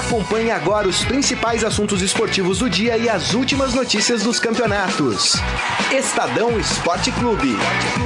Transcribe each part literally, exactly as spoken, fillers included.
Acompanhe agora os principais assuntos esportivos do dia e as últimas notícias dos campeonatos. Estadão Esporte Clube.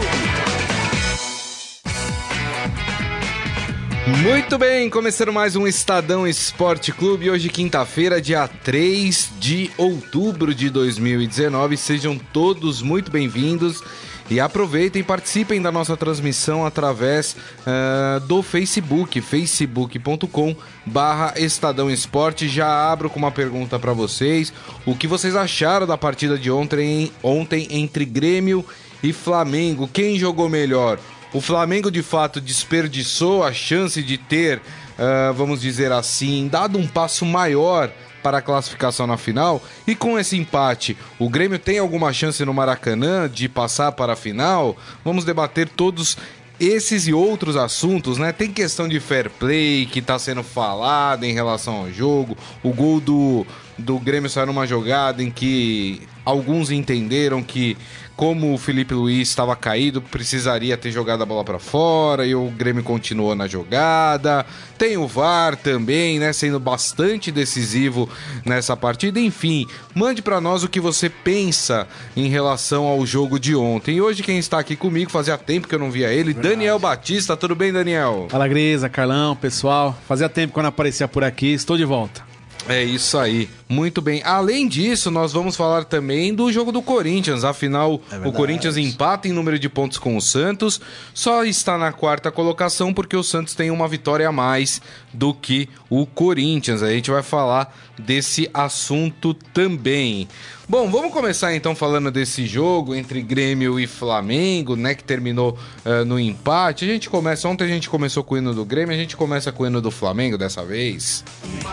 Muito bem, começando mais um Estadão Esporte Clube. Hoje, quinta-feira, dia três de outubro de dois mil e dezenove. Sejam todos muito bem-vindos. E aproveitem e participem da nossa transmissão através uh, do Facebook, facebook ponto com barra Estadão Esporte. Já abro com uma pergunta para vocês. O que vocês acharam da partida de ontem, ontem entre Grêmio e Flamengo? Quem jogou melhor? O Flamengo, de fato, desperdiçou a chance de ter, uh, vamos dizer assim, dado um passo maior para a classificação na final, e com esse empate, o Grêmio tem alguma chance no Maracanã de passar para a final? Vamos debater todos esses e outros assuntos, né? Tem questão de fair play que está sendo falada em relação ao jogo, o gol do, do Grêmio saiu numa jogada em que alguns entenderam que, como o Felipe Luiz estava caído, precisaria ter jogado a bola para fora e o Grêmio continuou na jogada. Tem o V A R também, né, sendo bastante decisivo nessa partida. Enfim, mande para nós o que você pensa em relação ao jogo de ontem. E hoje quem está aqui comigo, fazia tempo que eu não via ele, Verdade. Daniel Batista. Tudo bem, Daniel? Fala, Grisa, Carlão, pessoal. Fazia tempo que eu não aparecia por aqui, estou de volta. É isso aí, muito bem. Além disso, nós vamos falar também do jogo do Corinthians. Afinal, é o Corinthians empata em número de pontos com o Santos. Só está na quarta colocação porque o Santos tem uma vitória a mais do que o Corinthians. A gente vai falar desse assunto também. Bom, vamos começar então falando desse jogo entre Grêmio e Flamengo, né, que terminou uh, no empate. A gente começa, ontem a gente começou com o hino do Grêmio, a gente começa com o hino do Flamengo dessa vez.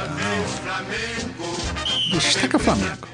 Destaca o Flamengo.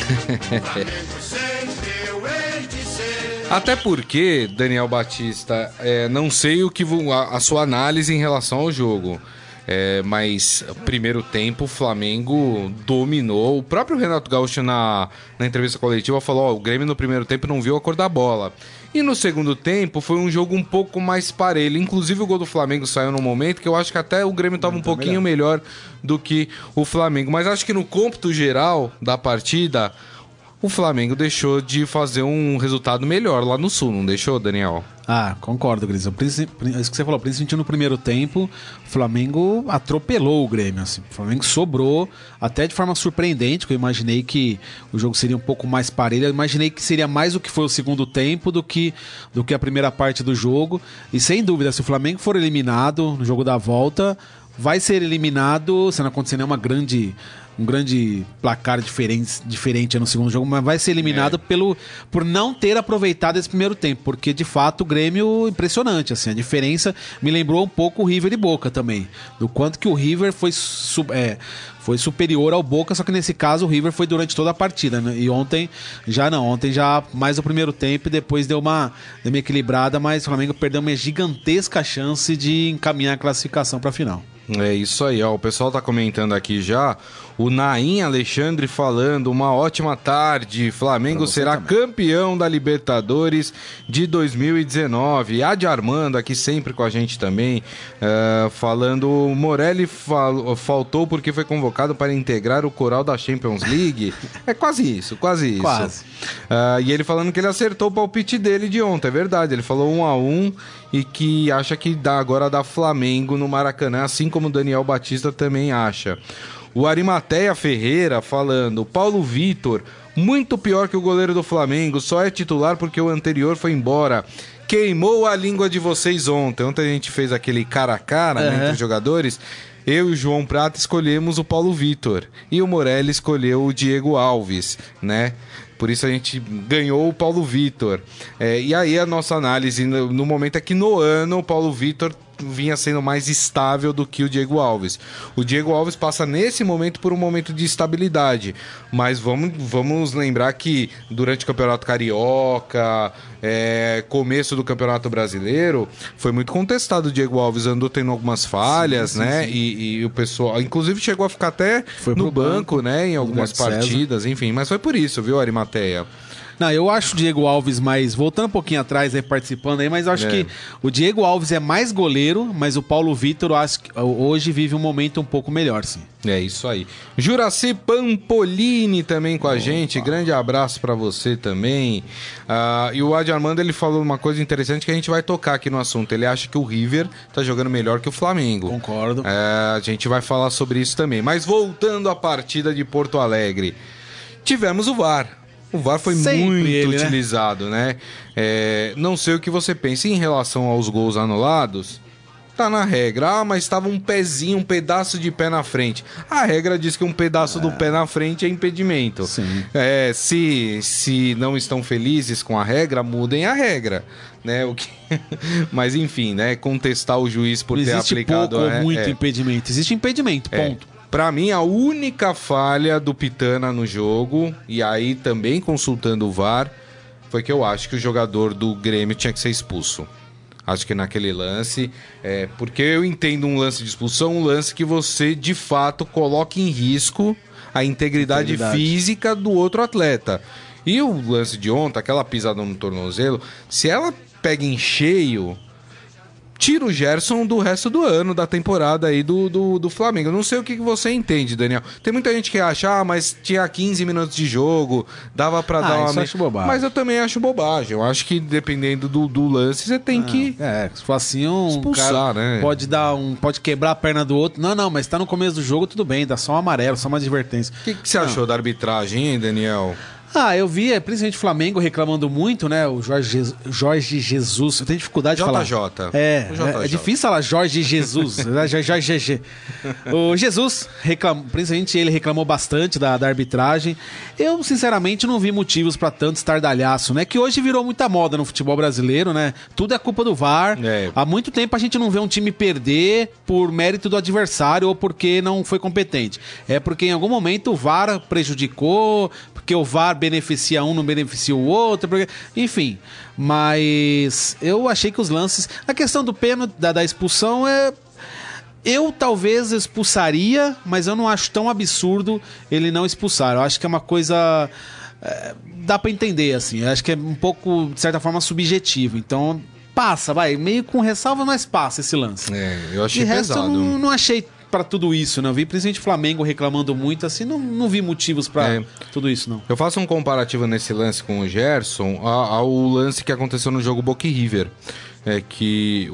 Até porque, Daniel Batista, é, não sei o que a, a sua análise em relação ao jogo. É, mas primeiro tempo o Flamengo dominou. O próprio Renato Gaúcho na, na entrevista coletiva falou: ó, o Grêmio no primeiro tempo não viu a cor da bola. E no segundo tempo foi um jogo um pouco mais parelho. Inclusive o gol do Flamengo saiu num momento que eu acho que até o Grêmio estava um pouquinho melhor do que o Flamengo. Mas acho que no cômputo geral da partida, o Flamengo deixou de fazer um resultado melhor lá no Sul, não deixou, Daniel? Ah, concordo, Gris. Isso que você falou, principalmente no primeiro tempo, o Flamengo atropelou o Grêmio. Assim. O Flamengo sobrou, até de forma surpreendente, porque eu imaginei que o jogo seria um pouco mais parelho. Eu imaginei que seria mais o que foi o segundo tempo do que, do que a primeira parte do jogo. E sem dúvida, se o Flamengo for eliminado no jogo da volta, vai ser eliminado, se não acontecer nenhuma grande... um grande placar diferente, diferente no segundo jogo, mas vai ser eliminado é. pelo, por não ter aproveitado esse primeiro tempo, porque de fato o Grêmio impressionante, assim, a diferença me lembrou um pouco o River e Boca também, do quanto que o River foi, sub, é, foi superior ao Boca, só que nesse caso o River foi durante toda a partida, né? E ontem já não, ontem já mais o primeiro tempo e depois deu uma, deu uma equilibrada, mas o Flamengo perdeu uma gigantesca chance de encaminhar a classificação para a final. É isso aí, ó. O pessoal tá comentando aqui já. O Naim Alexandre falando: uma ótima tarde. Flamengo será também campeão da Libertadores de dois mil e dezenove. A de Armando aqui sempre com a gente também, uh, falando: o Morelli fal- faltou porque foi convocado para integrar o coral da Champions League. É quase isso, quase isso. Quase. Uh, e ele falando que ele acertou o palpite dele de ontem. É verdade, ele falou um a um e que acha que dá, agora dá Flamengo no Maracanã, assim como o Daniel Batista também acha. O Arimateia Ferreira falando: Paulo Vitor, muito pior que o goleiro do Flamengo, só é titular porque o anterior foi embora. Queimou a língua de vocês ontem. Ontem a gente fez aquele cara a cara, uhum, né, entre os jogadores. Eu e o João Prata escolhemos o Paulo Vitor e o Morelli escolheu o Diego Alves, né? Por isso a gente ganhou o Paulo Vitor. É, e aí a nossa análise no, no momento é que no ano o Paulo Vitor vinha sendo mais estável do que o Diego Alves. O Diego Alves passa nesse momento por um momento de estabilidade, mas vamos, vamos lembrar que durante o Campeonato Carioca, é, começo do Campeonato Brasileiro, foi muito contestado. O Diego Alves andou tendo algumas falhas, sim, sim, né? Sim. E, e o pessoal, inclusive, chegou a ficar até foi no banco, banco, né? Em algumas partidas, César. Enfim, mas foi por isso, viu, Arimateia? Não, eu acho o Diego Alves mais... Voltando um pouquinho atrás, aí, participando aí, mas eu acho É. que o Diego Alves é mais goleiro, mas o Paulo Vitor, eu acho que hoje vive um momento um pouco melhor, sim. É isso aí. Juraci Pampolini também com a gente. Grande abraço pra você também. Ah, e o Adi Armando, ele falou uma coisa interessante que a gente vai tocar aqui no assunto. Ele acha que o River tá jogando melhor que o Flamengo. Concordo. É, a gente vai falar sobre isso também. Mas voltando à partida de Porto Alegre, tivemos o V A R. O V A R foi Sempre muito ele, né? utilizado, né? É, não sei o que você pensa em relação aos gols anulados. Tá na regra. Ah, mas estava um pezinho, um pedaço de pé na frente. A regra diz que um pedaço do pé na frente é impedimento. Sim. É, se, se não estão felizes com a regra, mudem a regra. Né? O que... Mas enfim, né? Contestar o juiz por Não ter existe aplicado... pouco ou é, muito é. impedimento. Existe impedimento, É. ponto. Pra mim, a única falha do Pitana no jogo, e aí também consultando o V A R, foi que eu acho que o jogador do Grêmio tinha que ser expulso. Acho que naquele lance, é, porque eu entendo um lance de expulsão, um lance que você, de fato, coloca em risco a integridade, Integridade. física do outro atleta. E o lance de ontem, aquela pisada no tornozelo, se ela pega em cheio... Tira o Gerson do resto do ano, da temporada aí do, do, do Flamengo. Eu não sei o que que você entende, Daniel. Tem muita gente que acha, ah, mas tinha quinze minutos de jogo, dava pra Ah, dar uma... isso eu acho bobagem. Mas eu também acho bobagem. Eu acho que dependendo do, do lance, você tem que... É, se for assim, um Expulsar, cara né? pode dar um, pode quebrar a perna do outro. Não, não, mas tá no começo do jogo, tudo bem, dá só um amarelo, só uma advertência. O que, que você achou da arbitragem, hein, Daniel? Ah, eu vi, é, principalmente o Flamengo reclamando muito, né? O Jorge, Je- Jorge Jesus. Eu tenho dificuldade de J falar. J. É, O J J. é, é difícil falar Jorge Jesus. né? Jorge G G. O Jesus, reclam, principalmente ele reclamou bastante da, da arbitragem. Eu, sinceramente, não vi motivos pra tanto estardalhaço, né? Que hoje virou muita moda no futebol brasileiro, né? Tudo é culpa do V A R. É. Há muito tempo a gente não vê um time perder por mérito do adversário ou porque não foi competente. É porque em algum momento o V A R prejudicou, porque o V A R beneficia um, não beneficia o outro, porque... enfim. Mas eu achei que os lances... A questão do pênalti, da, da expulsão é... Eu talvez expulsaria, mas eu não acho tão absurdo ele não expulsar. Eu acho que é uma coisa... é, dá pra entender, assim. Eu acho que é um pouco, de certa forma, subjetivo. Então, passa, vai. Meio com ressalva, mas passa esse lance. É, eu achei De resto, pesado. eu não, não achei pra tudo isso, não. Vi principalmente o Flamengo reclamando muito, assim, não, não vi motivos pra É. tudo isso, não. Eu faço um comparativo nesse lance com o Gerson a- ao lance que aconteceu no jogo Boca e River. É que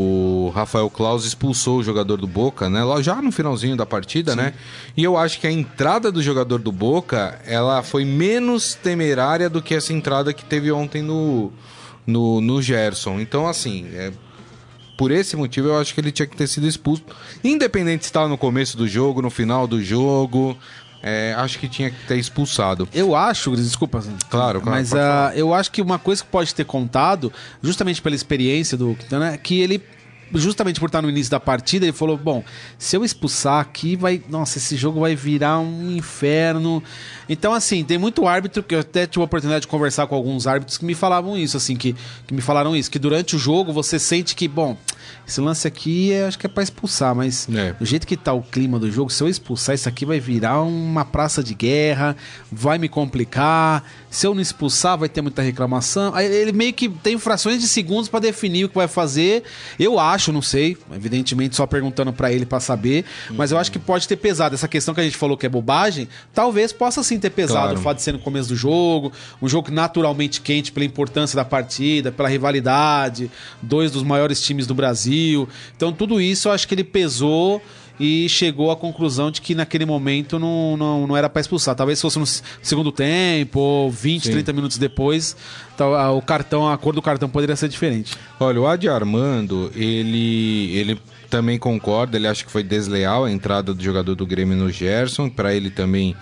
o Rafael Claus expulsou o jogador do Boca, né? Lá já no finalzinho da partida, né? E eu acho que a entrada do jogador do Boca, ela foi menos temerária do que essa entrada que teve ontem no, no, no Gerson. Então, assim, é, por esse motivo eu acho que ele tinha que ter sido expulso. Independente se estava no começo do jogo, no final do jogo, é, acho que tinha que ter expulsado. Eu acho, Gris, desculpa, Claro, claro, mas pode ah, falar. eu acho que uma coisa que pode ter contado, justamente pela experiência do Quintana, é que ele, justamente por estar no início da partida, ele falou, bom, se eu expulsar aqui, vai, nossa, esse jogo vai virar um inferno. Então, assim, tem muito árbitro, que eu até tive a oportunidade de conversar com alguns árbitros que me falavam isso, assim, que, que me falaram isso, que durante o jogo você sente que, bom, esse lance aqui é, acho que é pra expulsar, mas É. do jeito que tá o clima do jogo, se eu expulsar isso aqui vai virar uma praça de guerra, vai me complicar, se eu não expulsar vai ter muita reclamação. Aí ele meio que tem frações de segundos pra definir o que vai fazer. Eu acho, não sei, evidentemente só perguntando pra ele pra saber, mas eu acho que pode ter pesado. Essa questão que a gente falou que é bobagem, talvez possa sim ter pesado, Claro. o fato de ser no começo do jogo, um jogo naturalmente quente pela importância da partida, pela rivalidade, dois dos maiores times do Brasil. Então tudo isso eu acho que ele pesou e chegou à conclusão de que naquele momento não, não, não era para expulsar. Talvez fosse no s- segundo tempo ou vinte, Sim. trinta minutos depois, tal- a- o cartão, a cor do cartão poderia ser diferente. Olha, o Adi Armando, ele, ele também concorda, ele acha que foi desleal a entrada do jogador do Grêmio no Gerson, pra ele também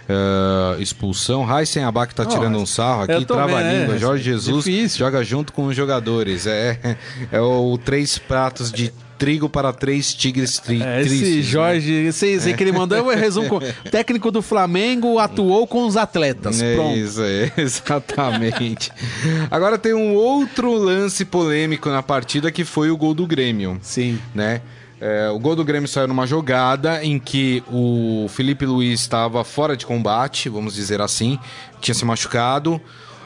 ah, expulsão. Raíssen Abac tá Ó, tirando um sarro aqui, eu tô vendo, trava-língua. é, Jorge Jesus difícil. joga junto com os jogadores. É, é o três pratos de trigo para três tigres tri É, esse tristes, né? Jorge, esse, esse que ele mandou, eu resumo com técnico do Flamengo atuou com os atletas. É Pronto. isso, é, exatamente. Agora tem um outro lance polêmico na partida que foi o gol do Grêmio. Sim. Né? É, o gol do Grêmio saiu numa jogada em que o Felipe Luiz estava fora de combate, vamos dizer assim, tinha se machucado.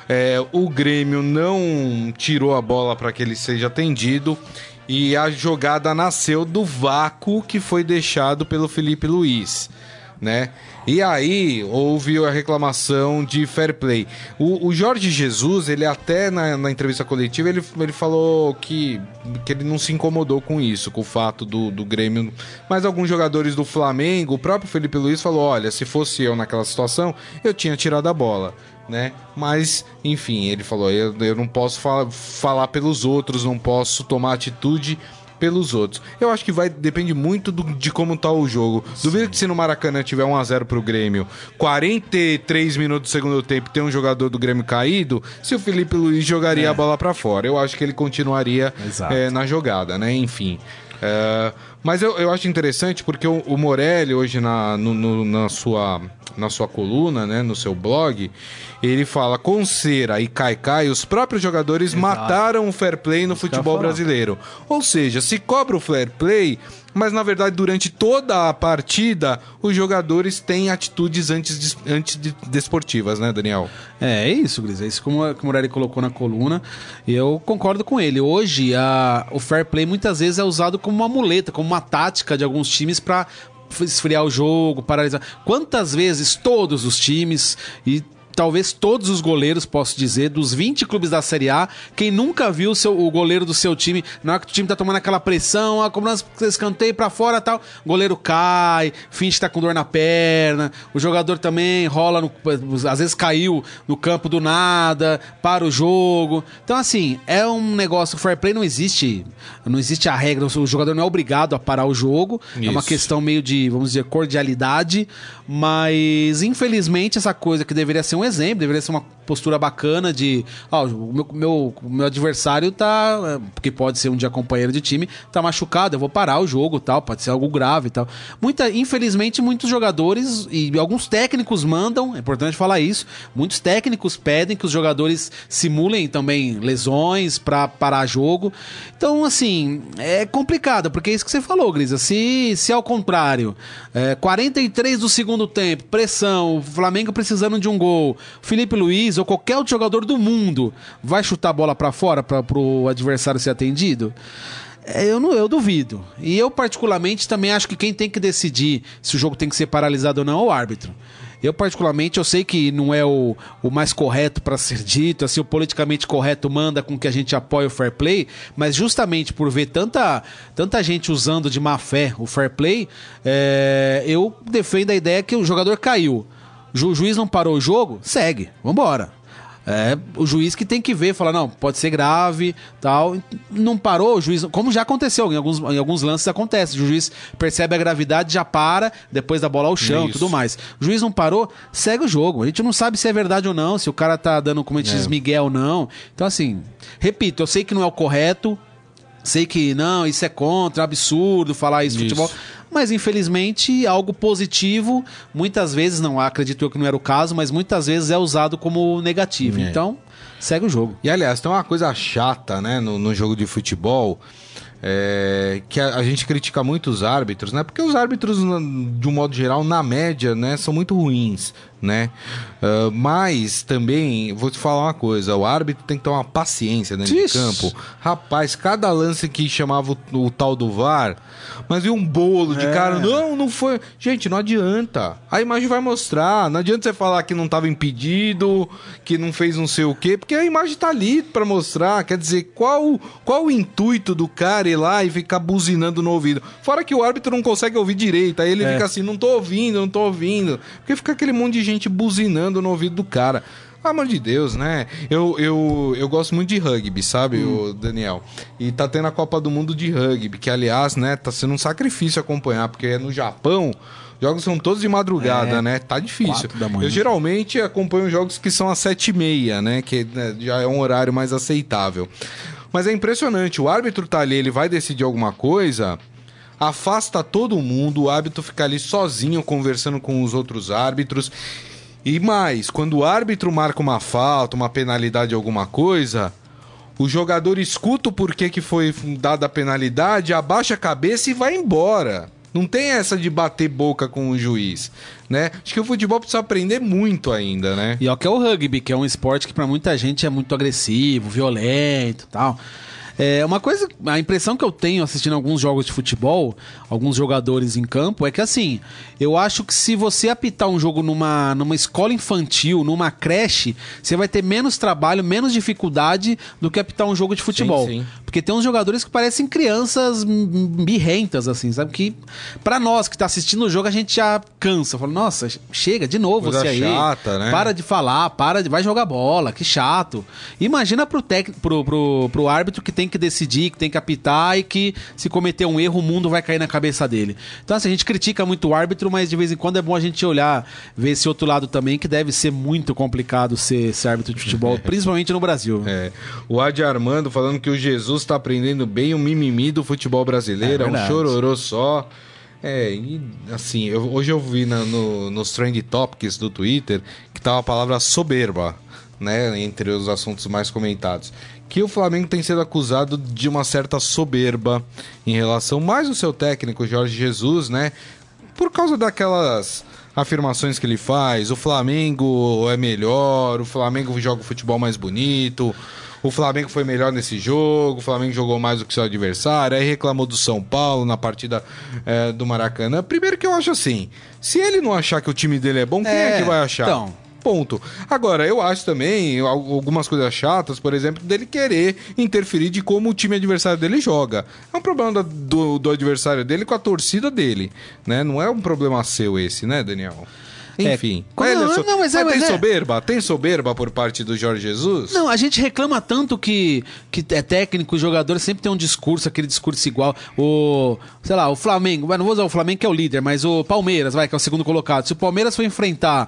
É, o Grêmio não tirou a bola para que ele seja atendido e a jogada nasceu do vácuo que foi deixado pelo Felipe Luiz, né? E aí houve a reclamação de fair play. O, o Jorge Jesus, ele até na, na entrevista coletiva, ele, ele falou que, que ele não se incomodou com isso, com o fato do, do Grêmio. Mas alguns jogadores do Flamengo, o próprio Felipe Luiz falou, olha, se fosse eu naquela situação, eu tinha tirado a bola, né? Mas, enfim, ele falou, eu, eu não posso fala, falar pelos outros, não posso tomar atitude pelos outros. Eu acho que vai depende muito do, de como tá o jogo. Sim. Duvido que se no Maracanã tiver um a zero pro Grêmio, quarenta e três minutos do segundo tempo, tem um jogador do Grêmio caído, se o Felipe Luiz jogaria é. a bola pra fora. Eu acho que ele continuaria é, na jogada, né? Enfim. É, mas eu, eu acho interessante porque o, o Morelli hoje na, no, no, na, sua, na sua coluna, né, no seu blog, ele fala, com Cera e Caicai, os próprios jogadores Exato. mataram o fair play no Isso futebol brasileiro. Ou seja, se cobra o fair play, mas na verdade durante toda a partida os jogadores têm atitudes antes antidesportivas, né, Daniel? É, é isso, Gris, é isso que o Morelli colocou na coluna e eu concordo com ele. Hoje a, o fair play muitas vezes é usado como uma muleta, como uma tática de alguns times para esfriar o jogo, paralisar. Quantas vezes todos os times e talvez todos os goleiros, posso dizer, dos vinte clubes da Série A, quem nunca viu o, seu, o goleiro do seu time, na hora que o time tá tomando aquela pressão, a cobrança, escanteio pra fora e tal, o goleiro cai, finge que tá com dor na perna, o jogador também rola, no, às vezes caiu no campo do nada, para o jogo. Então, assim, é um negócio, o fair play não existe, não existe a regra, o jogador não é obrigado a parar o jogo, Isso. é uma questão meio de, vamos dizer, cordialidade, mas infelizmente essa coisa que deveria ser um exemplo, deveria ser uma postura bacana de ó, o meu, meu, meu adversário tá, porque pode ser um dia companheiro de time, tá machucado, eu vou parar o jogo, tal, pode ser algo grave e tal. Muita, infelizmente muitos jogadores e alguns técnicos mandam, é importante falar isso, muitos técnicos pedem que os jogadores simulem também lesões pra parar jogo. Então assim, é complicado, porque é isso que você falou, Grisa, se, se ao contrário, é, quarenta e três do segundo tempo, pressão, o Flamengo precisando de um gol, Felipe Luiz ou qualquer outro jogador do mundo vai chutar a bola pra fora para pro adversário ser atendido? Eu, não, eu duvido. E eu particularmente também acho que quem tem que decidir se o jogo tem que ser paralisado ou não é o árbitro. Eu particularmente, eu sei que não é o, o mais correto para ser dito, assim, o politicamente correto manda com que a gente apoie o fair play, mas justamente por ver tanta, tanta gente usando de má fé o fair play, é, eu defendo a ideia que o jogador caiu. O juiz não parou o jogo? Segue, vambora. É o juiz que tem que ver, falar, não, pode ser grave, tal. Não parou, o juiz, como já aconteceu, em alguns, em alguns lances acontece, o juiz percebe a gravidade, já para, depois da bola ao chão e tudo mais. O juiz não parou, segue o jogo. A gente não sabe se é verdade ou não, se o cara tá dando, como a gente é. diz, migué ou não. Então, assim, repito, eu sei que não é o correto, sei que, não, isso é contra, absurdo falar isso no futebol. Mas infelizmente algo positivo, muitas vezes, não acredito eu que não era o caso, mas muitas vezes é usado como negativo. É. Então, segue o jogo. E aliás, tem uma coisa chata, né, no, no jogo de futebol, é, que a, a gente critica muito os árbitros, né? Porque os árbitros, de um modo geral, na média, né, são muito ruins, né? Uh, mas também, vou te falar uma coisa, o árbitro tem que ter uma paciência dentro de campo. Rapaz, cada lance que chamava o, o tal do V A R, mas viu um bolo de é. cara, não, não foi. Gente, não adianta. A imagem vai mostrar. Não adianta você falar que não estava impedido, que não fez não sei o quê, porque a imagem tá ali pra mostrar. Quer dizer, qual, qual o intuito do cara ir lá e ficar buzinando no ouvido? Fora que o árbitro não consegue ouvir direito, aí ele é. fica assim, não tô ouvindo, não tô ouvindo. Porque fica aquele monte de gente buzinando no ouvido do cara. Pelo amor de Deus, né? Eu, eu, eu gosto muito de rugby, sabe, hum. o Daniel? E tá tendo a Copa do Mundo de rugby, que aliás, né, tá sendo um sacrifício acompanhar, porque no Japão, jogos são todos de madrugada, é, né? Tá difícil. Eu geralmente acompanho jogos que são às sete e meia, né? Que né, já é um horário mais aceitável. Mas é impressionante, o árbitro tá ali, ele vai decidir alguma coisa, afasta todo mundo, o árbitro fica ali sozinho conversando com os outros árbitros. E mais, quando o árbitro marca uma falta, uma penalidade, alguma coisa, o jogador escuta o porquê que foi dada a penalidade, abaixa a cabeça e vai embora. Não tem essa de bater boca com o juiz, né? Acho que o futebol precisa aprender muito ainda, né? E ó, que é o rugby, que é um esporte que pra muita gente é muito agressivo, violento e tal. É, uma coisa, a impressão que eu tenho assistindo alguns jogos de futebol, alguns jogadores em campo, é que assim, eu acho que se você apitar um jogo numa, numa escola infantil, numa creche, você vai ter menos trabalho, menos dificuldade do que apitar um jogo de futebol. Sim, sim. Porque tem uns jogadores que parecem crianças birrentas, assim, sabe? Que pra nós que tá assistindo o jogo, a gente já cansa. Fala, nossa, chega, de novo Coisa você aí. chata, né? Para de falar, para de... vai jogar bola, que chato. Imagina pro, tec... pro, pro, pro árbitro que tem que decidir, que tem que apitar e que se cometer um erro, o mundo vai cair na cabeça dele. Então, assim, a gente critica muito o árbitro, mas de vez em quando é bom a gente olhar, ver esse outro lado também, que deve ser muito complicado ser, ser árbitro de futebol, principalmente no Brasil. É. O Adi Armando falando que o Jesus tá aprendendo bem o mimimi do futebol brasileiro, é, é um chororô só. É, e assim, eu, hoje eu vi na, no, nos Trend Topics do Twitter que tava a palavra soberba, né, entre os assuntos mais comentados. Que o Flamengo tem sido acusado de uma certa soberba em relação mais ao seu técnico, Jorge Jesus, né, por causa daquelas afirmações que ele faz, o Flamengo é melhor, o Flamengo joga o futebol mais bonito, o Flamengo foi melhor nesse jogo, o Flamengo jogou mais do que seu adversário, aí reclamou do São Paulo na partida é, do Maracanã. Primeiro que eu acho assim, se ele não achar que o time dele é bom, quem é, é que vai achar? Então... Ponto. Agora, eu acho também algumas coisas chatas, por exemplo, dele querer interferir de como o time adversário dele joga. É um problema do, do adversário dele com a torcida dele, né? Não é um problema seu esse, né, Daniel? Enfim. É, quando, não, não, não, mas, é, mas mas tem é. soberba? Tem soberba por parte do Jorge Jesus? Não, a gente reclama tanto que, que é técnico, o jogador sempre tem um discurso, aquele discurso igual. O, sei lá, o Flamengo, não vou usar o Flamengo que é o líder, mas o Palmeiras, vai, que é o segundo colocado. Se o Palmeiras for enfrentar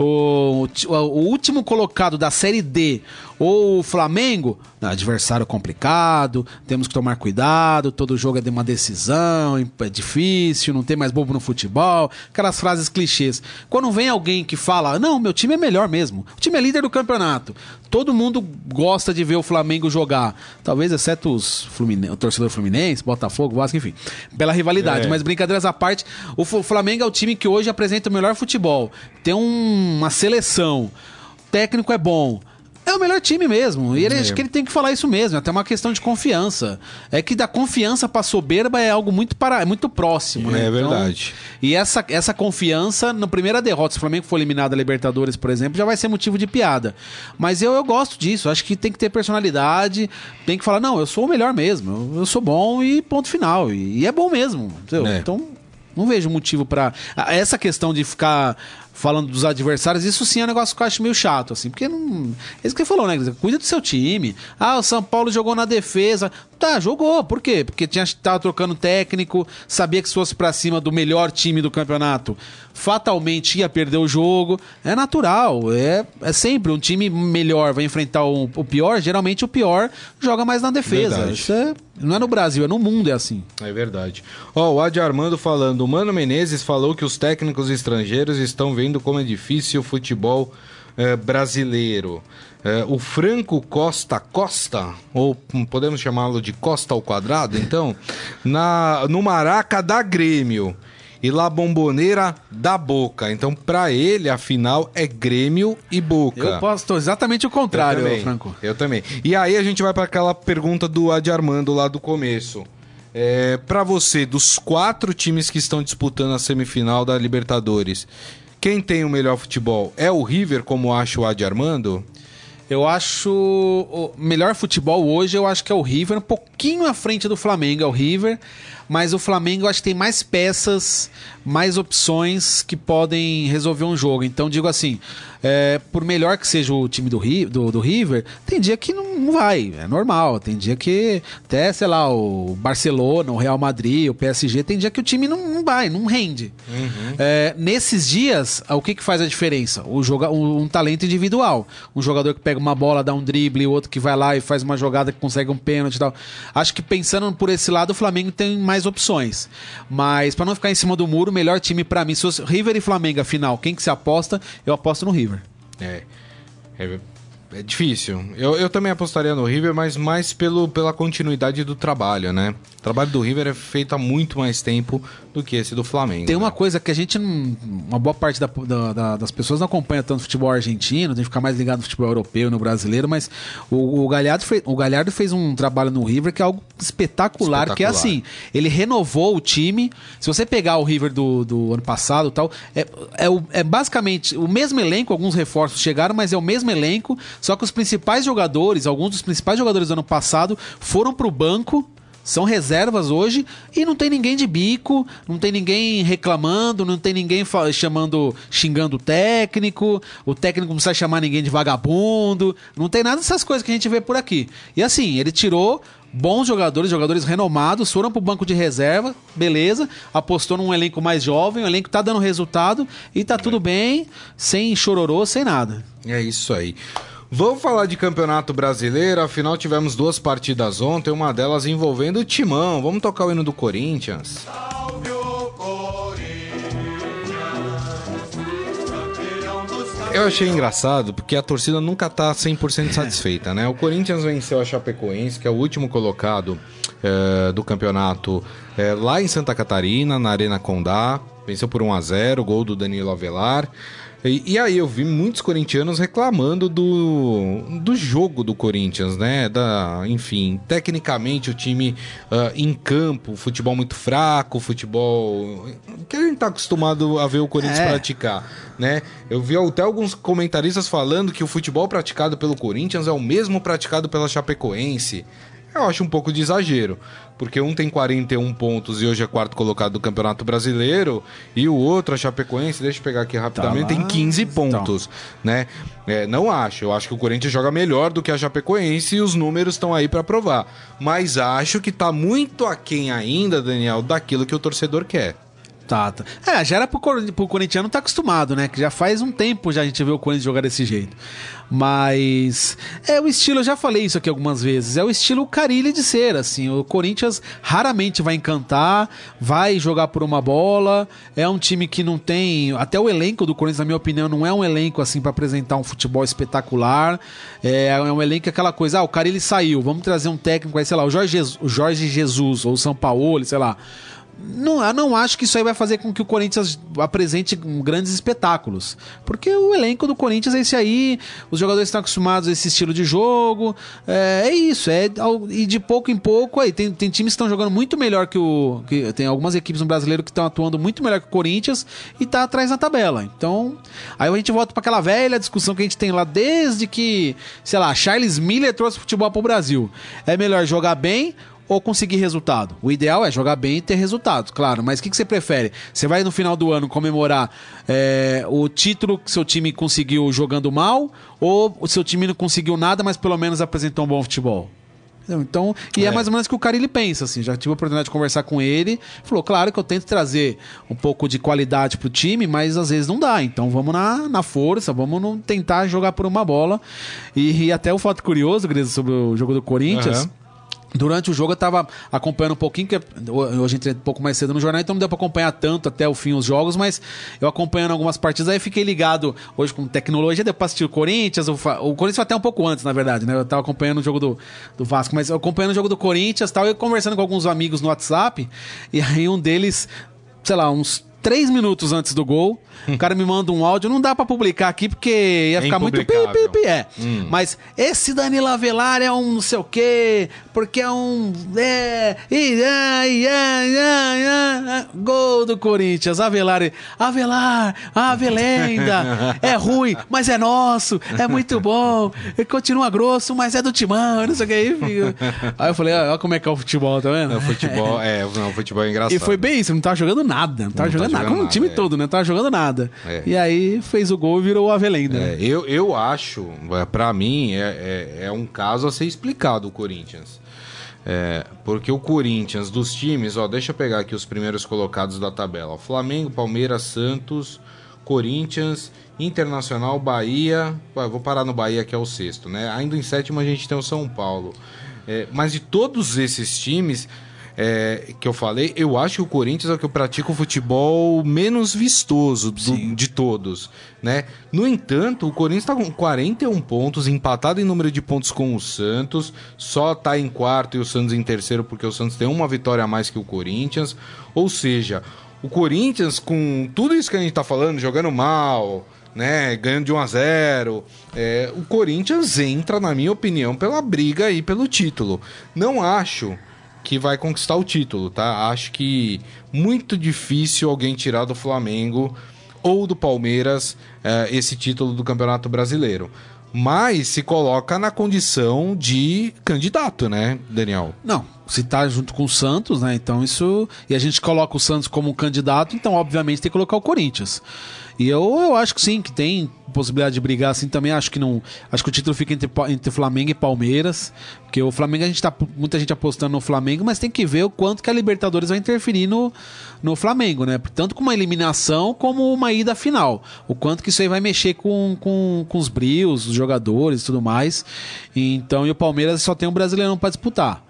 o, o, o último colocado da Série D ou o Flamengo, não, adversário complicado, temos que tomar cuidado, todo jogo é de uma decisão, é difícil, não tem mais bobo no futebol, aquelas frases clichês. Quando vem alguém que fala, não, meu time é melhor mesmo, o time é líder do campeonato, todo mundo gosta de ver o Flamengo jogar, talvez exceto os Fluminense, o torcedor Fluminense, Botafogo, Vasco, enfim, pela rivalidade, é. Mas brincadeiras à parte, o Flamengo é o time que hoje apresenta o melhor futebol, tem um, uma seleção, o técnico é bom, é o melhor time mesmo. E ele, é. acho que ele tem que falar isso mesmo. É até uma questão de confiança. É que da confiança pra soberba é algo muito, para, é muito próximo, né? É verdade. Então, e essa, essa confiança, na primeira derrota, se o Flamengo for eliminado da Libertadores, por exemplo, já vai ser motivo de piada. Mas eu, eu gosto disso. Acho que tem que ter personalidade. Tem que falar, não, eu sou o melhor mesmo. Eu, eu sou bom e ponto final. E, e é bom mesmo. É. Então, não vejo motivo pra... Essa questão de ficar... falando dos adversários, isso sim é um negócio que eu acho meio chato, assim, porque não... É isso que você falou, né? Cuida do seu time. Ah, o São Paulo jogou na defesa. Tá, jogou. Por quê? Porque tinha, tava trocando técnico, sabia que se fosse pra cima do melhor time do campeonato, fatalmente ia perder o jogo. É natural. É, é sempre um time melhor vai enfrentar o, o pior. Geralmente o pior joga mais na defesa. Verdade. Isso é, não é no Brasil, é no mundo, é assim. É verdade. Ó, o Adi Armando falando, o Mano Menezes falou que os técnicos estrangeiros estão vendo como é difícil o futebol eh, brasileiro. Eh, o Franco Costa Costa, ou podemos chamá-lo de Costa ao quadrado, então, na, no Maraca da Grêmio e La Bombonera da Boca. Então, pra ele, a final é Grêmio e Boca. Eu posto exatamente o contrário, eu também, Franco. Eu também. E aí a gente vai para aquela pergunta do Adi Armando lá do começo. É, para você, dos quatro times que estão disputando a semifinal da Libertadores, quem tem o melhor futebol? É o River, como acha o Adi Armando? Eu acho o melhor futebol hoje, eu acho que é o River, um pouquinho à frente do Flamengo, é o River, mas o Flamengo eu acho que tem mais peças, mais opções que podem resolver um jogo. Então digo assim, é, por melhor que seja o time do, do, do River, tem dia que não, não vai, é normal, tem dia que até, sei lá, o Barcelona, o Real Madrid, o P S G, tem dia que o time não, não vai, não rende. Uhum. É, nesses dias, o que, que faz a diferença? O joga, um, um talento individual, um jogador que pega uma bola, dá um drible, o outro que vai lá e faz uma jogada que consegue um pênalti e tal. Acho que pensando por esse lado, o Flamengo tem mais opções, mas pra não ficar em cima do muro, o melhor time pra mim, se fosse River e Flamengo, afinal, quem que se aposta? Eu aposto no River. É, é é difícil. Eu, eu também apostaria no River, mas mais pelo, pela continuidade do trabalho, né? O trabalho do River é feito há muito mais tempo do que esse do Flamengo. Tem né? uma coisa que a gente, não, uma boa parte da, da, da, das pessoas não acompanha tanto futebol argentino, tem que ficar mais ligado no futebol europeu, no brasileiro, mas o, o, Galhardo, fez, o Galhardo fez um trabalho no River que é algo espetacular, espetacular. Que é assim, ele renovou o time. Se você pegar o River do, do ano passado e tal, é, é, o, é basicamente o mesmo elenco, alguns reforços chegaram, mas é o mesmo elenco, só que os principais jogadores, alguns dos principais jogadores do ano passado foram pro banco, são reservas hoje, e não tem ninguém de bico, não tem ninguém reclamando, não tem ninguém chamando, xingando o técnico, o técnico não precisa chamar ninguém de vagabundo, não tem nada dessas coisas que a gente vê por aqui. E assim, ele tirou bons jogadores, jogadores renomados, foram pro banco de reserva, beleza, apostou num elenco mais jovem, o elenco tá dando resultado e tá tudo bem, sem chororô, sem nada. É isso aí. Vamos falar de Campeonato Brasileiro, afinal tivemos duas partidas ontem, uma delas envolvendo o Timão. Vamos tocar o hino do Corinthians? Salve o Corinthians, campeão dos campeões. Eu achei engraçado, porque a torcida nunca tá cem por cento satisfeita, né? O Corinthians venceu a Chapecoense, que é o último colocado é, do campeonato, é, lá em Santa Catarina, na Arena Condá. Venceu por um a zero, gol do Danilo Avelar. E, e aí eu vi muitos corintianos reclamando do, do jogo do Corinthians, né? Da, enfim, tecnicamente o time uh, em campo, futebol muito fraco, futebol que a gente tá acostumado a ver o Corinthians é. praticar, né? Eu vi até alguns comentaristas falando que o futebol praticado pelo Corinthians é o mesmo praticado pela Chapecoense. Eu acho um pouco de exagero, porque um tem quarenta e um pontos e hoje é quarto colocado do Campeonato Brasileiro, e o outro, a Chapecoense, deixa eu pegar aqui rapidamente, tá tem quinze pontos, então. né? É, não acho, eu acho que o Corinthians joga melhor do que a Chapecoense e os números estão aí para provar, mas acho que tá muito aquém ainda, Daniel, daquilo que o torcedor quer. Tá, tá. É, já era pro, pro corintiano tá acostumado, né? Que já faz um tempo já a gente vê o Corinthians jogar desse jeito. Mas é o estilo, eu já falei isso aqui algumas vezes, é o estilo Carille de ser, assim. O Corinthians raramente vai encantar, vai jogar por uma bola, é um time que não tem... Até o elenco do Corinthians, na minha opinião, não é um elenco assim para apresentar um futebol espetacular. É, é um elenco aquela coisa, ah, o Carille saiu, vamos trazer um técnico aí, sei lá, o Jorge, o Jorge Jesus ou o Sampaoli, sei lá. Não, eu não acho que isso aí vai fazer com que o Corinthians apresente grandes espetáculos, porque o elenco do Corinthians é esse aí, os jogadores estão acostumados a esse estilo de jogo, é, é isso, é, e de pouco em pouco aí, tem, tem times que estão jogando muito melhor que o... Que, tem algumas equipes no brasileiro que estão atuando muito melhor que o Corinthians e tá atrás na tabela, então aí a gente volta para aquela velha discussão que a gente tem lá desde que, sei lá, Charles Miller trouxe futebol pro Brasil, é melhor jogar bem ou conseguir resultado? O ideal é jogar bem e ter resultados, claro, mas o que, que você prefere? Você vai no final do ano comemorar é, o título que seu time conseguiu jogando mal, ou o seu time não conseguiu nada, mas pelo menos apresentou um bom futebol? Então, e é. é mais ou menos o que o cara ele pensa, assim, já tive a oportunidade de conversar com ele, falou, claro que eu tento trazer um pouco de qualidade pro time, mas às vezes não dá, então vamos na, na força, vamos no, tentar jogar por uma bola, e, e até o fato curioso, Grisa, sobre o jogo do Corinthians... Uhum. Durante o jogo eu tava acompanhando um pouquinho, que hoje entrei um pouco mais cedo no jornal, então não deu pra acompanhar tanto até o fim os jogos, mas eu acompanhando algumas partidas, aí fiquei ligado hoje com tecnologia, deu pra assistir o Corinthians, o, o Corinthians foi até um pouco antes, na verdade, né? Eu tava acompanhando o jogo do, do Vasco, mas eu acompanhando o jogo do Corinthians e tal, eu conversando com alguns amigos no WhatsApp, e aí um deles, sei lá, uns três minutos antes do gol, o cara me manda um áudio, não dá pra publicar aqui porque ia ficar muito pi, pi, pi, é. Hum. Mas esse Danilo Avelar é um não sei o quê, porque é um é, e, ai, ai, ai, ai, gol do Corinthians, Avelar, Avelar, Avelenda, é ruim, mas é nosso, é muito bom, ele continua grosso, mas é do Timão, não sei o que aí. Aí eu falei, olha como é que é o futebol, tá vendo? O futebol, é, não, o futebol é engraçado. E foi bem isso, não tava jogando nada, não tava não jogando tá nada, como o time é. todo, né? Não tava jogando nada. É. E aí fez o gol e virou o Avelenda. É, eu, eu acho, pra mim, é, é, é um caso a ser explicado o Corinthians. É, porque o Corinthians, dos times, ó, deixa eu pegar aqui os primeiros colocados da tabela. Flamengo, Palmeiras, Santos, Corinthians, Internacional, Bahia. Ué, vou parar no Bahia, que é o sexto, né? Ainda em sétimo a gente tem o São Paulo. É, mas de todos esses times... é, que eu falei, eu acho que o Corinthians é o que pratica o futebol menos vistoso do, de todos, né? No entanto, o Corinthians está com quarenta e um pontos, empatado em número de pontos com o Santos, só está em quarto e o Santos em terceiro, porque o Santos tem uma vitória a mais que o Corinthians. Ou seja, o Corinthians, com tudo isso que a gente está falando, jogando mal, né, ganhando de um a zero, é, o Corinthians entra, na minha opinião, pela briga aí pelo título. Não acho que vai conquistar o título, tá? Acho que muito difícil alguém tirar do Flamengo ou do Palmeiras é, esse título do Campeonato Brasileiro. Mas se coloca na condição de candidato, né, Daniel? Não, se tá junto com o Santos, né? Então isso... E a gente coloca o Santos como candidato, então obviamente tem que colocar o Corinthians. E eu, eu acho que sim, que tem possibilidade de brigar assim também. Acho que não. Acho que o título fica entre, entre Flamengo e Palmeiras. Porque o Flamengo, a gente tá. Muita gente apostando no Flamengo, mas tem que ver o quanto que a Libertadores vai interferir no, no Flamengo, né? Tanto com uma eliminação como uma ida final. O quanto que isso aí vai mexer com, com, com os brios, os jogadores e tudo mais. Então, e o Palmeiras só tem um Brasileirão para disputar.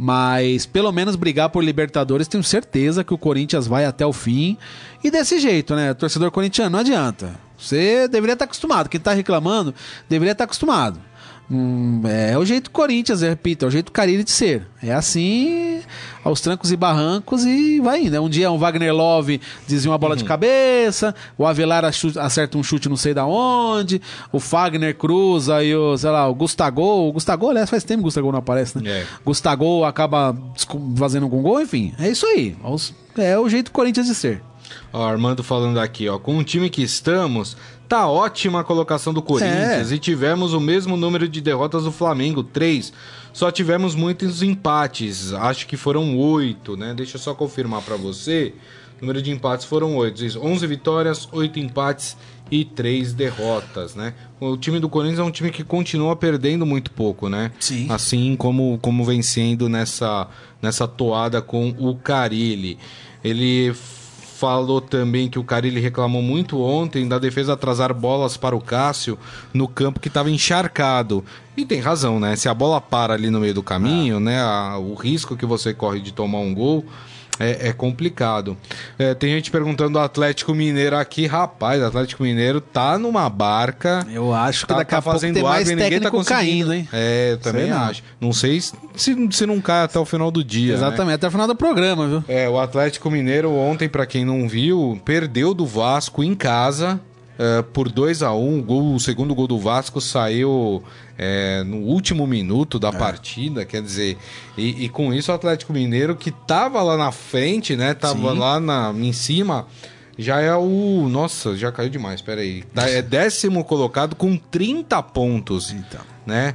Mas pelo menos brigar por Libertadores, tenho certeza que o Corinthians vai até o fim. E desse jeito, né? Torcedor corintiano, não adianta. Você deveria estar acostumado. Quem está reclamando deveria estar acostumado. Hum, é o jeito Corinthians, eu repito, é o jeito Carille de ser. É assim, aos trancos e barrancos, e vai indo. Um dia um Wagner Love desvia uma bola uhum. de cabeça, o Avelar acerta um chute não sei da onde, o Fagner cruza e o, sei lá, o Gustavo, o Gustavo, aliás, faz tempo que o Gustavo não aparece, né? É. Gustavo acaba fazendo um gol, enfim, é isso aí. É o jeito Corinthians de ser. Ó, Armando falando aqui, ó, com o time que estamos, tá ótima a colocação do Corinthians é. E tivemos o mesmo número de derrotas do Flamengo, três. Só tivemos muitos empates, acho que foram oito, né? Deixa eu só confirmar pra você. O número de empates foram oito, onze vitórias, oito empates e três derrotas, né? O time do Corinthians é um time que continua perdendo muito pouco, né? Sim. Assim como, como vencendo nessa, nessa toada com o Carille. Ele falou também que o Carille reclamou muito ontem da defesa atrasar bolas para o Cássio no campo que estava encharcado. E tem razão, né? Se a bola para ali no meio do caminho, ah. né? A, o risco que você corre de tomar um gol é, é complicado. É, tem gente perguntando do Atlético Mineiro aqui. Rapaz, o Atlético Mineiro tá numa barca. Eu acho que tá, daqui tá a pouco tem mais técnico tá caindo, hein? É, eu também sei acho. Não. não sei se, se não cai até o final do dia. Exatamente, né? Até o final do programa, viu? É, o Atlético Mineiro ontem, pra quem não viu, perdeu do Vasco em casa. Uh, por dois a um, um, o segundo gol do Vasco saiu é, no último minuto da é. partida, quer dizer, e, e com isso o Atlético Mineiro, que tava lá na frente, né, tava Sim. lá na, em cima, já é o, nossa, já caiu demais, peraí, é décimo colocado com trinta pontos, então. né,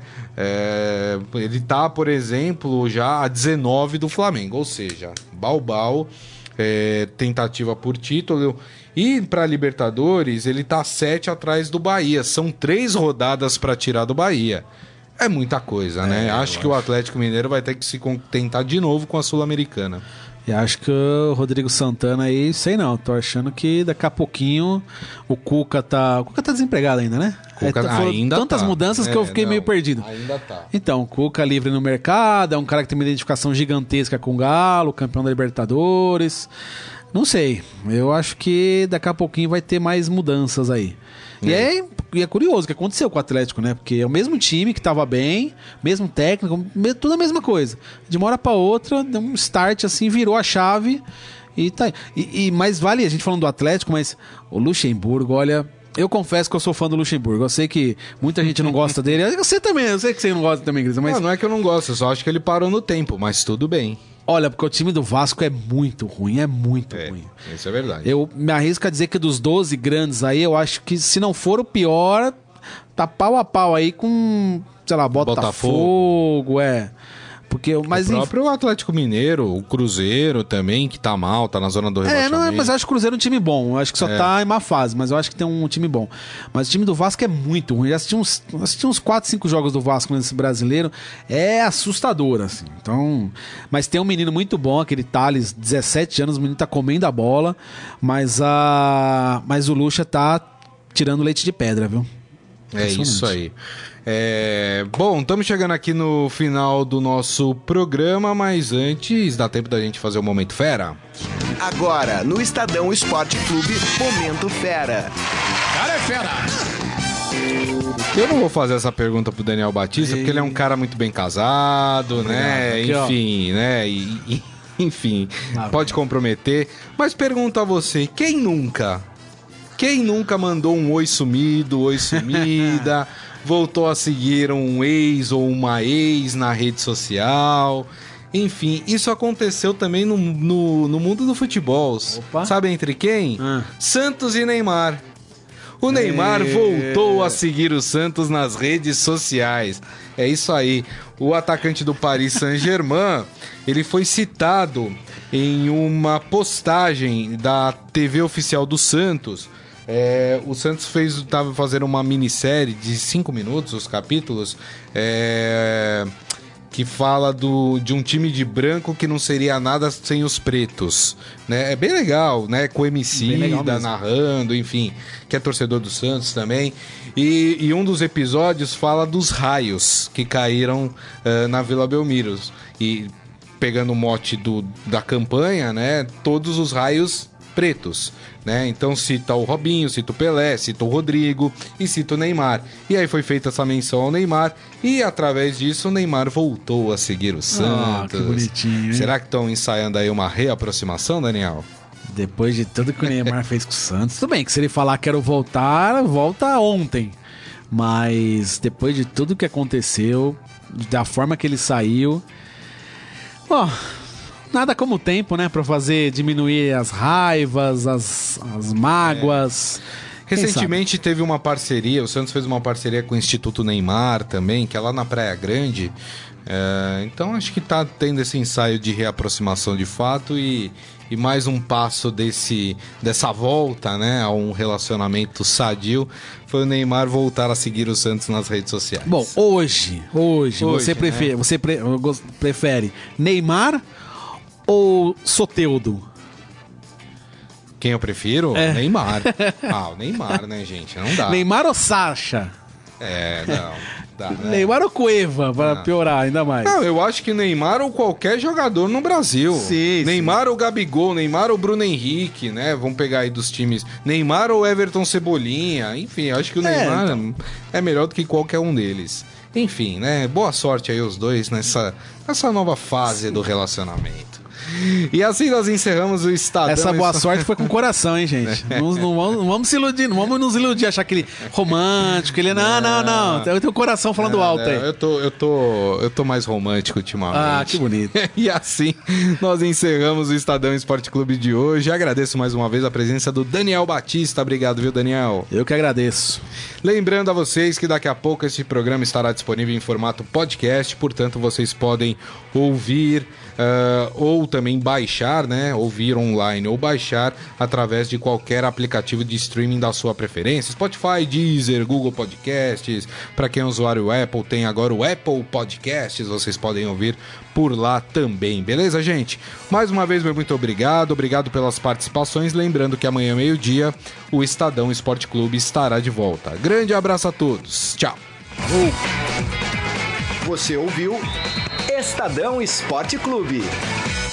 é, ele tá, por exemplo, já a dezenove do Flamengo, ou seja, Baubau, é, tentativa por título. E para Libertadores, ele tá sete atrás do Bahia. São três rodadas para tirar do Bahia. É muita coisa, é, né? Acho, acho que o Atlético Mineiro vai ter que se contentar de novo com a Sul-Americana. E acho que o Rodrigo Santana aí, sei não, tô achando que daqui a pouquinho o Cuca tá... O Cuca tá desempregado ainda, né? Cuca é, ainda tantas tá. mudanças é, que eu fiquei não, meio perdido. Ainda tá. Então, o Cuca livre no mercado, é um cara que tem uma identificação gigantesca com o Galo, campeão da Libertadores... Não sei, eu acho que daqui a pouquinho vai ter mais mudanças aí. E é, e é curioso o que aconteceu com o Atlético, né? Porque é o mesmo time que tava bem, mesmo técnico, tudo a mesma coisa. De uma hora pra outra, deu um start assim, virou a chave e tá aí. E, e mais vale a gente falando do Atlético, mas o Luxemburgo, olha... Eu confesso que eu sou fã do Luxemburgo. Eu sei que muita gente não gosta dele. Você também, eu sei que você não gosta também, Grisa, mas... Não, não é que eu não gosto, eu só acho que ele parou no tempo, mas tudo bem. Olha, porque o time do Vasco é muito ruim, é muito é, ruim. Isso é verdade. Eu me arrisco a dizer que dos doze grandes aí, eu acho que se não for o pior, tá pau a pau aí com, sei lá, Botafogo, Botafogo. é... Porque, mas, o próprio inf... Atlético Mineiro, o Cruzeiro também, que tá mal, tá na zona do rebaixamento. É, não, mas eu acho que o Cruzeiro é um time bom. Eu acho que só é. tá em má fase, mas eu acho que tem um time bom. Mas o time do Vasco é muito ruim. Eu assisti uns, assisti uns quatro, cinco jogos do Vasco nesse brasileiro. É assustador, assim. Então, mas tem um menino muito bom, aquele Thales, dezessete anos, o menino tá comendo a bola, mas, a... mas o Lucha tá tirando leite de pedra, viu? É isso aí. É, bom, estamos chegando aqui no final do nosso programa, mas antes dá tempo da gente fazer o Momento Fera? Agora, no Estadão Esporte Clube, Momento Fera. Cara é fera! Eu não vou fazer essa pergunta pro Daniel Batista, e... porque ele é um cara muito bem casado, Obrigado. né? Aqui, enfim, ó. né? E, e, enfim, ah, pode comprometer. Mas pergunto a você, quem nunca? Quem nunca mandou um oi sumido, oi sumida... voltou a seguir um ex ou uma ex na rede social. Enfim, isso aconteceu também no, no, no mundo do futebol. Opa. Sabe entre quem? Ah. Santos e Neymar. O Neymar e... voltou a seguir o Santos nas redes sociais. É isso aí. O atacante do Paris Saint-Germain, ele foi citado em uma postagem da T V oficial do Santos. É, o Santos fez, estava fazendo uma minissérie de cinco minutos, os capítulos, é, que fala do, de um time de branco que não seria nada sem os pretos. Né? É bem legal, né? Com o Emicida narrando, enfim, que é torcedor do Santos também. E, e um dos episódios fala dos raios que caíram uh, na Vila Belmiro. E pegando o mote do, da campanha, né? Todos os raios pretos, né? Então cita o Robinho, cita o Pelé, cita o Rodrigo e cita o Neymar. E aí foi feita essa menção ao Neymar e através disso o Neymar voltou a seguir o Santos. Ah, que bonitinho, hein? Será que estão ensaiando aí uma reaproximação, Daniel? Depois de tudo que o Neymar fez com o Santos, tudo bem que se ele falar quero voltar, volta ontem. Mas depois de tudo que aconteceu, da forma que ele saiu, ó, nada como o tempo, né? Pra fazer diminuir as raivas, as, as mágoas. É. Recentemente teve uma parceria, o Santos fez uma parceria com o Instituto Neymar também, que é lá na Praia Grande. É, então acho que tá tendo esse ensaio de reaproximação de fato e, e mais um passo desse, dessa volta, né, a um relacionamento sadio foi o Neymar voltar a seguir o Santos nas redes sociais. Bom, hoje, hoje, hoje você, prefere, né? você pre, prefere Neymar ou Soteldo? Quem eu prefiro? É. Neymar. Ah, o Neymar, né, gente? Não dá. Neymar ou Sacha? É, não. Dá, né? Neymar ou Cueva, para não. piorar ainda mais? Não, eu acho que Neymar ou qualquer jogador no Brasil. Sim, Neymar sim. ou Gabigol, Neymar ou Bruno Henrique, né? Vamos pegar aí dos times. Neymar ou Everton Cebolinha. Enfim, eu acho que o é, Neymar então... é melhor do que qualquer um deles. Enfim, né? Boa sorte aí os dois nessa, nessa nova fase do relacionamento. E assim nós encerramos o Estadão. Essa boa sorte foi com o coração, hein, gente? não, não, vamos, não vamos se iludir, não vamos nos iludir, achar aquele romântico, ele... Não, não, não, eu tenho o coração falando não, alto não, aí. Eu tô, eu, tô, eu tô mais romântico ultimamente. Ah, que bonito. E assim nós encerramos o Estadão Esporte Clube de hoje. Agradeço mais uma vez a presença do Daniel Batista. Obrigado, viu, Daniel? Eu que agradeço. Lembrando a vocês que daqui a pouco esse programa estará disponível em formato podcast, portanto vocês podem ouvir uh, ou também baixar, né? Ouvir online ou baixar através de qualquer aplicativo de streaming da sua preferência. Spotify, Deezer, Google Podcasts. Para quem é usuário Apple, tem agora o Apple Podcasts. Vocês podem ouvir por lá também, beleza, gente? Mais uma vez, meu muito obrigado. Obrigado pelas participações. Lembrando que amanhã, meio-dia, o Estadão Esporte Clube estará de volta. Grande abraço a todos. Tchau. Você ouviu Estadão Esporte Clube.